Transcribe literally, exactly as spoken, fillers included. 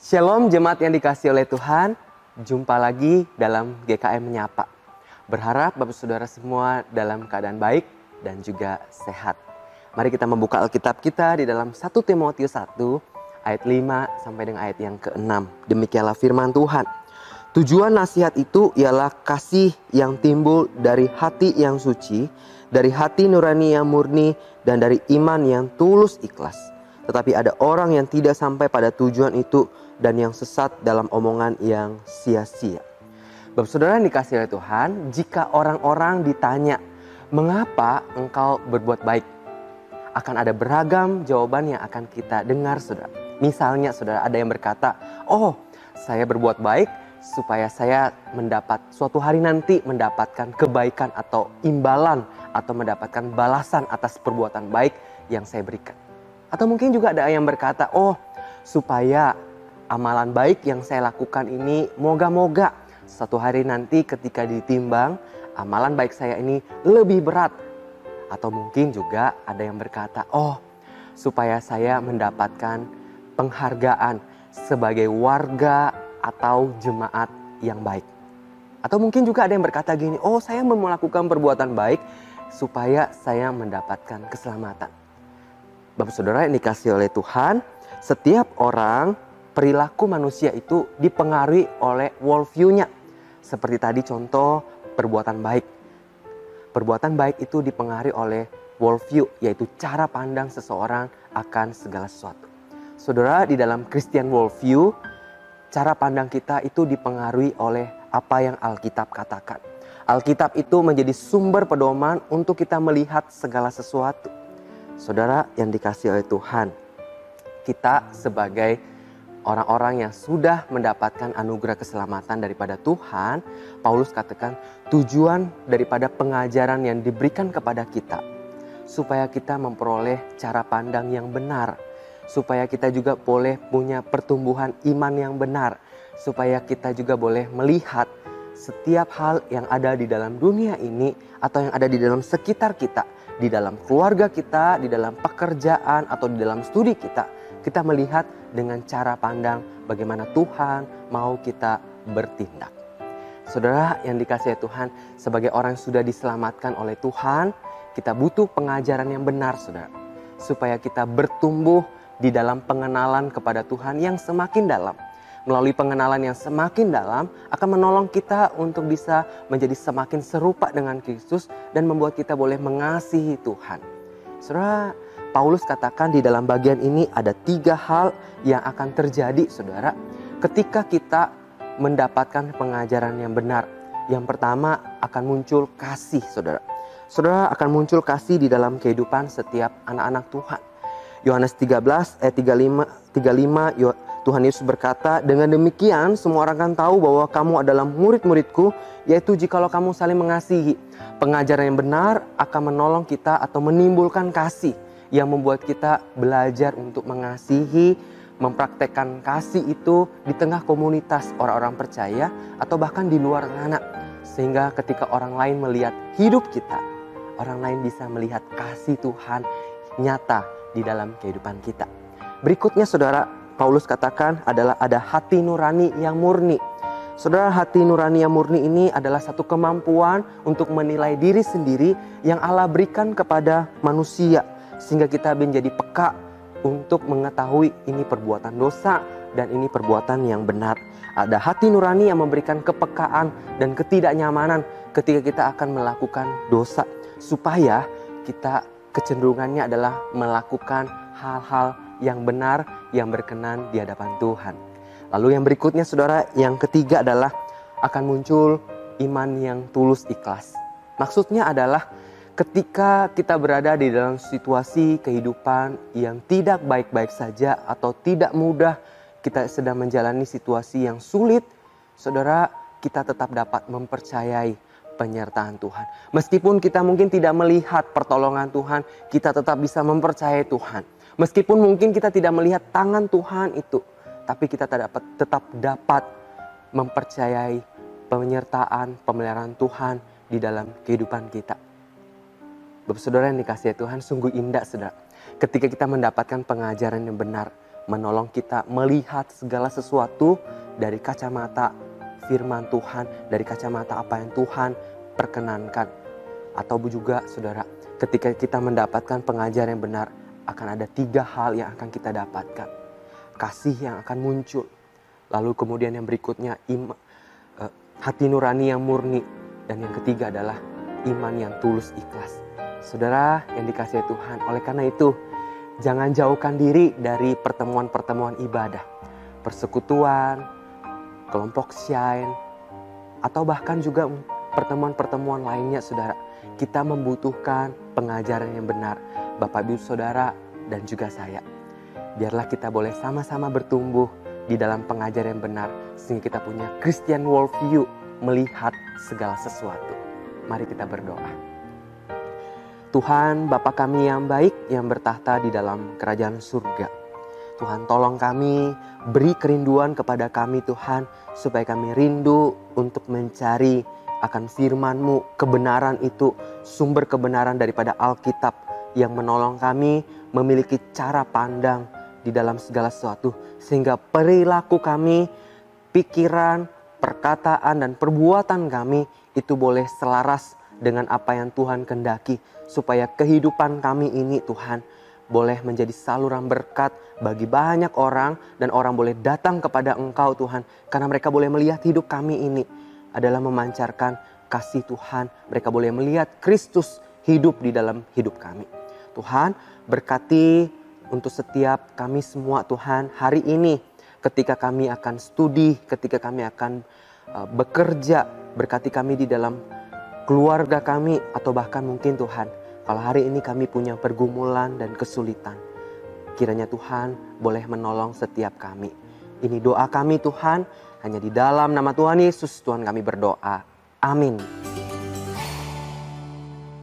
Shalom jemaat yang dikasihi oleh Tuhan, jumpa lagi dalam G K M Menyapa. Berharap Bapak Saudara semua dalam keadaan baik dan juga sehat. Mari kita membuka Alkitab kita di dalam satu Timotius satu ayat lima sampai dengan ayat yang keenam. Demikianlah firman Tuhan. Tujuan nasihat itu ialah kasih yang timbul dari hati yang suci, dari hati nurani yang murni, dan dari iman yang tulus ikhlas. Tetapi ada orang yang tidak sampai pada tujuan itu dan yang sesat dalam omongan yang sia-sia. Bapak Saudara yang dikasihi oleh Tuhan, jika orang-orang ditanya, mengapa engkau berbuat baik? Akan ada beragam jawaban yang akan kita dengar, Saudara. Misalnya, Saudara, ada yang berkata, oh, saya berbuat baik supaya saya mendapat suatu hari nanti mendapatkan kebaikan atau imbalan atau mendapatkan balasan atas perbuatan baik yang saya berikan. Atau mungkin juga ada yang berkata, oh, supaya amalan baik yang saya lakukan ini moga-moga suatu hari nanti ketika ditimbang, amalan baik saya ini lebih berat. Atau mungkin juga ada yang berkata, oh, supaya saya mendapatkan penghargaan sebagai warga atau jemaat yang baik. Atau mungkin juga ada yang berkata gini, oh, saya mau melakukan perbuatan baik supaya saya mendapatkan keselamatan. Bapak Saudara yang dikasihi oleh Tuhan, setiap orang, perilaku manusia itu dipengaruhi oleh worldview-nya. Seperti tadi contoh perbuatan baik. Perbuatan baik itu dipengaruhi oleh worldview, yaitu cara pandang seseorang akan segala sesuatu. Saudara, di dalam Christian worldview, cara pandang kita itu dipengaruhi oleh apa yang Alkitab katakan. Alkitab itu menjadi sumber pedoman untuk kita melihat segala sesuatu. Saudara yang dikasihi oleh Tuhan, kita sebagai orang-orang yang sudah mendapatkan anugerah keselamatan daripada Tuhan, Paulus katakan tujuan daripada pengajaran yang diberikan kepada kita, supaya kita memperoleh cara pandang yang benar, supaya kita juga boleh punya pertumbuhan iman yang benar, supaya kita juga boleh melihat setiap hal yang ada di dalam dunia ini atau yang ada di dalam sekitar kita, di dalam keluarga kita, di dalam pekerjaan atau di dalam studi kita, kita melihat dengan cara pandang bagaimana Tuhan mau kita bertindak. Saudara yang dikasihi Tuhan, sebagai orang yang sudah diselamatkan oleh Tuhan, kita butuh pengajaran yang benar, Saudara, supaya kita bertumbuh di dalam pengenalan kepada Tuhan yang semakin dalam. Melalui pengenalan yang semakin dalam akan menolong kita untuk bisa menjadi semakin serupa dengan Kristus dan membuat kita boleh mengasihi Tuhan. Saudara, Paulus katakan di dalam bagian ini ada tiga hal yang akan terjadi, saudara, ketika kita mendapatkan pengajaran yang benar. Yang pertama akan muncul kasih, saudara. Saudara, akan muncul kasih di dalam kehidupan setiap anak-anak Tuhan. Yohanes tiga belas ayat tiga puluh lima, Tuhan Yesus berkata, dengan demikian semua orang akan tahu bahwa kamu adalah murid-muridku, yaitu jikalau kamu saling mengasihi. Pengajaran yang benar akan menolong kita atau menimbulkan kasih yang membuat kita belajar untuk mengasihi, mempraktekkan kasih itu di tengah komunitas orang-orang percaya atau bahkan di luar sana. Sehingga ketika orang lain melihat hidup kita, orang lain bisa melihat kasih Tuhan nyata di dalam kehidupan kita. Berikutnya, saudara, Paulus katakan adalah ada hati nurani yang murni. Saudara, hati nurani yang murni ini adalah satu kemampuan untuk menilai diri sendiri yang Allah berikan kepada manusia, sehingga kita menjadi peka untuk mengetahui ini perbuatan dosa dan ini perbuatan yang benar. Ada hati nurani yang memberikan kepekaan dan ketidaknyamanan ketika kita akan melakukan dosa, supaya kita kecenderungannya adalah melakukan hal-hal yang benar, yang berkenan di hadapan Tuhan. Lalu yang berikutnya, saudara, yang ketiga adalah akan muncul iman yang tulus ikhlas. Maksudnya adalah ketika kita berada di dalam situasi kehidupan yang tidak baik-baik saja atau tidak mudah, kita sedang menjalani situasi yang sulit, saudara, kita tetap dapat mempercayai penyertaan Tuhan. Meskipun kita mungkin tidak melihat pertolongan Tuhan, kita tetap bisa mempercayai Tuhan. Meskipun mungkin kita tidak melihat tangan Tuhan itu, tapi kita dapat, tetap dapat mempercayai penyertaan, pemeliharaan Tuhan di dalam kehidupan kita. Bapak Saudara yang dikasihi Tuhan, sungguh indah, saudara, ketika kita mendapatkan pengajaran yang benar menolong kita melihat segala sesuatu dari kacamata firman Tuhan, dari kacamata apa yang Tuhan perkenankan. Atau juga saudara, ketika kita mendapatkan pengajaran yang benar, akan ada tiga hal yang akan kita dapatkan. Kasih yang akan muncul. Lalu kemudian yang berikutnya ima, uh, hati nurani yang murni. Dan yang ketiga adalah iman yang tulus ikhlas. Saudara yang dikasihi Tuhan, oleh karena itu jangan jauhkan diri dari pertemuan-pertemuan ibadah, persekutuan, kelompok shine, atau bahkan juga pertemuan-pertemuan lainnya saudara. Kita membutuhkan pengajaran yang benar, Bapak Ibu Saudara dan juga saya. Biarlah kita boleh sama-sama bertumbuh di dalam pengajaran yang benar, sehingga kita punya Christian worldview melihat segala sesuatu. Mari kita berdoa. Tuhan, Bapa kami yang baik yang bertahta di dalam kerajaan surga. Tuhan, tolong kami, beri kerinduan kepada kami Tuhan, supaya kami rindu untuk mencari akan firman-Mu, kebenaran itu, sumber kebenaran daripada Alkitab yang menolong kami memiliki cara pandang di dalam segala sesuatu, sehingga perilaku kami, pikiran, perkataan dan perbuatan kami itu boleh selaras dengan apa yang Tuhan kehendaki, supaya kehidupan kami ini Tuhan boleh menjadi saluran berkat bagi banyak orang, dan orang boleh datang kepada Engkau Tuhan, karena mereka boleh melihat hidup kami ini adalah memancarkan kasih Tuhan. Mereka boleh melihat Kristus hidup di dalam hidup kami. Tuhan, berkati untuk setiap kami semua Tuhan hari ini, ketika kami akan studi, ketika kami akan uh, bekerja, berkati kami di dalam keluarga kami, atau bahkan mungkin Tuhan, kalau hari ini kami punya pergumulan dan kesulitan, kiranya Tuhan boleh menolong setiap kami. Ini doa kami Tuhan, hanya di dalam nama Tuhan Yesus Tuhan kami berdoa. Amin.